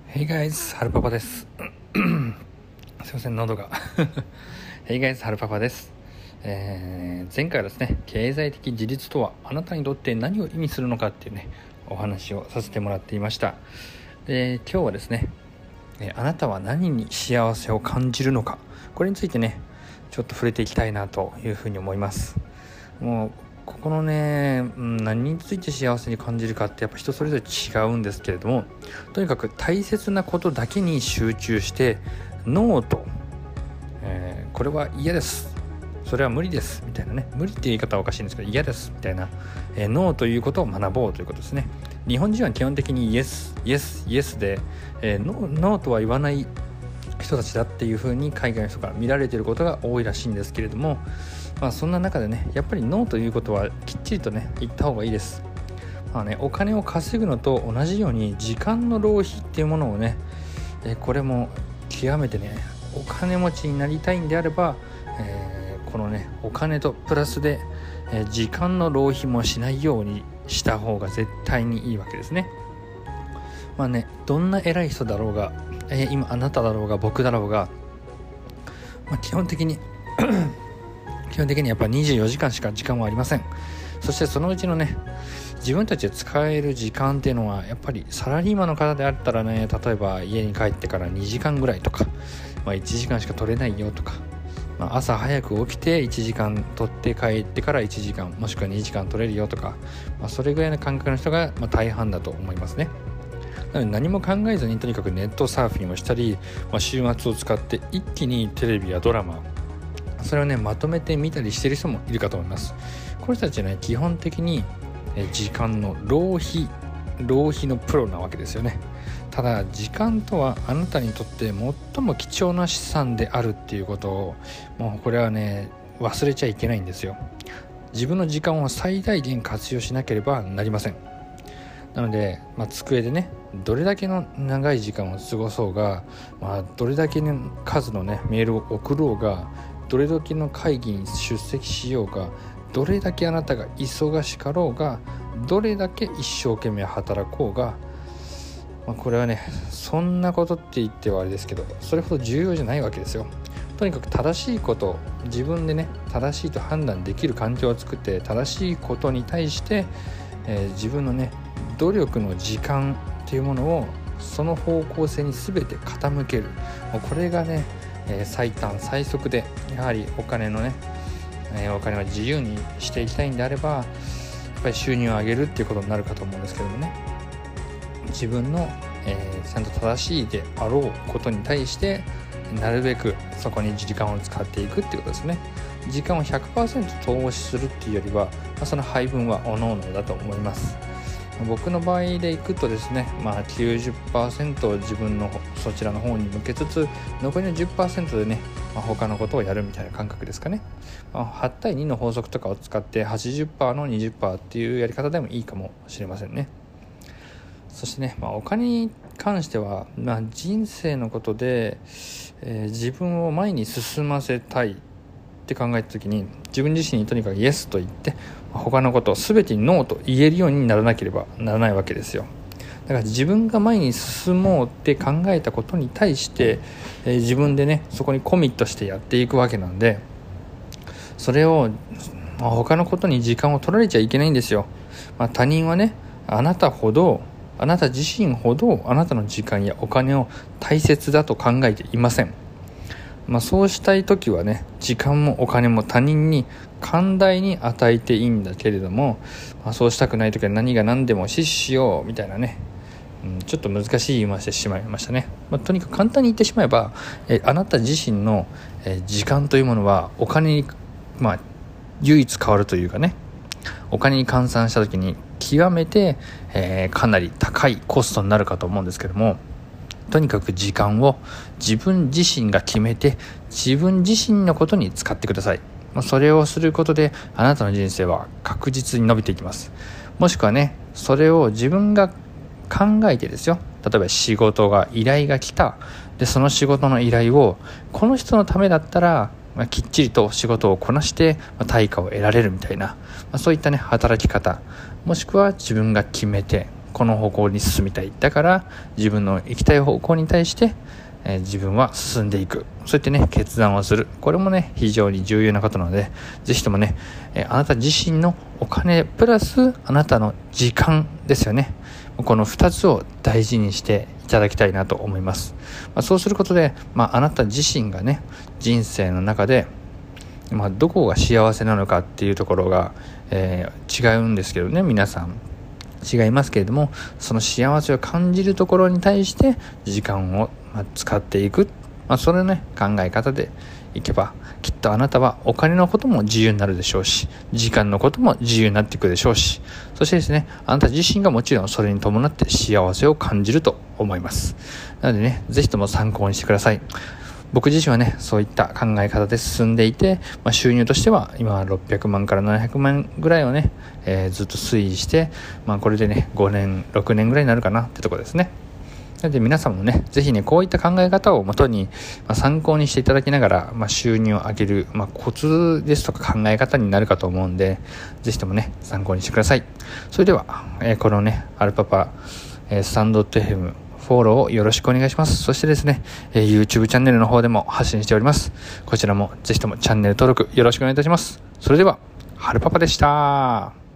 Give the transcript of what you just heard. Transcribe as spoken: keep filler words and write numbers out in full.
Hey guys、はるパパです。すいません、喉が。Hey guys、はるパパです。えー、前回はですね、経済的自立とはあなたにとって何を意味するのかっていうね、お話をさせてもらっていました。で、今日はですね、えー、あなたは何に幸せを感じるのか、これについてね、ちょっと触れていきたいなというふうに思います。もうここのね、うん、何について幸せに感じるかってやっぱ人それぞれ違うんですけれども、とにかく大切なことだけに集中してノーと、えー、これは嫌です、それは無理ですみたいなね、無理っていう言い方はおかしいんですけど、嫌ですみたいな、えー、ノーということを学ぼうということですね。日本人は基本的にイエスイエスイエスで、えー、ノ, ノーとは言わない人たちだっていう風に海外の人から見られていることが多いらしいんですけれども、まあ、そんな中でね、やっぱりノーということはきっちりとね言った方がいいです。まあね、お金を稼ぐのと同じように時間の浪費っていうものをね、えこれも極めてね、お金持ちになりたいんであれば、えー、このねお金とプラスで、えー、時間の浪費もしないようにした方が絶対にいいわけですね。まあね、どんな偉い人だろうが、えー、今あなただろうが僕だろうが、まあ、基本的に基本的にやっぱにじゅうよじかんしか時間はありません。そしてそのうちのね、自分たちで使える時間っていうのはやっぱりサラリーマンの方であったらね、例えば家に帰ってからにじかんぐらいとか、まあ、いちじかんしか取れないよとか、まあ、朝早く起きていちじかん取って帰ってからいちじかんもしくはにじかん取れるよとか、まあ、それぐらいの感覚の人がまあ大半だと思いますね。なので何も考えずにとにかくネットサーフィンをしたり、まあ、週末を使って一気にテレビやドラマ、それをねまとめて見たりしている人もいるかと思います。この人たちはね、基本的に時間の浪費浪費のプロなわけですよね。ただ時間とはあなたにとって最も貴重な資産であるっていうことを、もうこれはね忘れちゃいけないんですよ。自分の時間を最大限活用しなければなりません。なので、まあ、机でねどれだけの長い時間を過ごそうが、まあ、どれだけの数のねメールを送ろうが、どれだけの会議に出席しようが、どれだけあなたが忙しかろうが、どれだけ一生懸命働こうが、まあ、これはねそんなことって言ってはあれですけど、それほど重要じゃないわけですよ。とにかく正しいこと、自分でね正しいと判断できる環境を作って、正しいことに対して、えー、自分のね努力の時間っていうものをその方向性に全て傾ける、もうこれがね、えー、最短最速で、やはりお金のね、えー、お金を自由にしていきたいんであれば、やっぱり収入を上げるっていうことになるかと思うんですけどもね、自分の、えー、ちゃんと正しいであろうことに対してなるべくそこに時間を使っていくっていうことですね。時間を ひゃくパーセント 投資するっていうよりは、まあ、その配分は各々だと思います。僕の場合でいくとですね、まあ、きゅうじゅっパーセント を自分のそちらの方に向けつつ、残りの じゅっパーセント でね、まあ、他のことをやるみたいな感覚ですかね。まあ、はち対にの法則とかを使って はちじゅっパーセント の にじゅっパーセント っていうやり方でもいいかもしれませんね。そしてね、まあ、お金に関しては、まあ、人生のことで、えー、自分を前に進ませたいって考えた時に、自分自身にとにかくイエスと言って他のことを全てにノーと言えるようにならなければならないわけですよ。だから自分が前に進もうって考えたことに対して、えー、自分でねそこにコミットしてやっていくわけなんで、それを、まあ、他のことに時間を取られちゃいけないんですよ。まあ、他人はね、あなたほどあなた自身ほどあなたの時間やお金を大切だと考えていません。まあ、そうしたいときはね、時間もお金も他人に寛大に与えていいんだけれども、まあ、そうしたくないときは何が何でも死しようみたいなね、うん、ちょっと難しい言い回ししてしまいましたね。まあ、とにかく簡単に言ってしまえば、えあなた自身の、え時間というものはお金に、まあ、唯一変わるというかね、お金に換算したときに極めて、えー、かなり高いコストになるかと思うんですけども、とにかく時間を自分自身が決めて自分自身のことに使ってください。それをすることであなたの人生は確実に伸びていきます。もしくはね、それを自分が考えてですよ、例えば仕事が依頼が来た、でその仕事の依頼をこの人のためだったら、まあ、きっちりと仕事をこなして、まあ、対価を得られるみたいな、まあ、そういったね働き方、もしくは自分が決めてこの方向に進みたい。だから自分の行きたい方向に対して、えー、自分は進んでいく。そうやってね、決断をする。これもね、非常に重要なことなので、ぜひともね、えー、あなた自身のお金プラスあなたの時間ですよね。このふたつを大事にしていただきたいなと思います。まあ、そうすることで、まあ、あなた自身がね、人生の中で、まあ、どこが幸せなのかっていうところが、えー、違うんですけどね、皆さん違いますけれども、その幸せを感じるところに対して時間を使っていく、まあ、それのね考え方でいけば、きっとあなたはお金のことも自由になるでしょうし、時間のことも自由になっていくでしょうし、そしてですね、あなた自身がもちろんそれに伴って幸せを感じると思います。なのでね、ぜひとも参考にしてください。僕自身はね、そういった考え方で進んでいて、まあ、収入としては今はろっぴゃくまんからななひゃくまんぐらいをね、えー、ずっと推移して、まあ、これでねごねんろくねんぐらいになるかなってところですね。なので皆さんもね、ぜひね、こういった考え方をもとに、まあ、参考にしていただきながら、まあ、収入を上げる、まあ、コツですとか考え方になるかと思うんで、ぜひともね、参考にしてください。それでは、えー、このね、アルパパ、えー、スタンド エフエム、フォローをよろしくお願いします。そしてですね、えー、YouTube チャンネルの方でも発信しております。こちらもぜひともチャンネル登録よろしくお願いいたします。それでは、はるパパでした。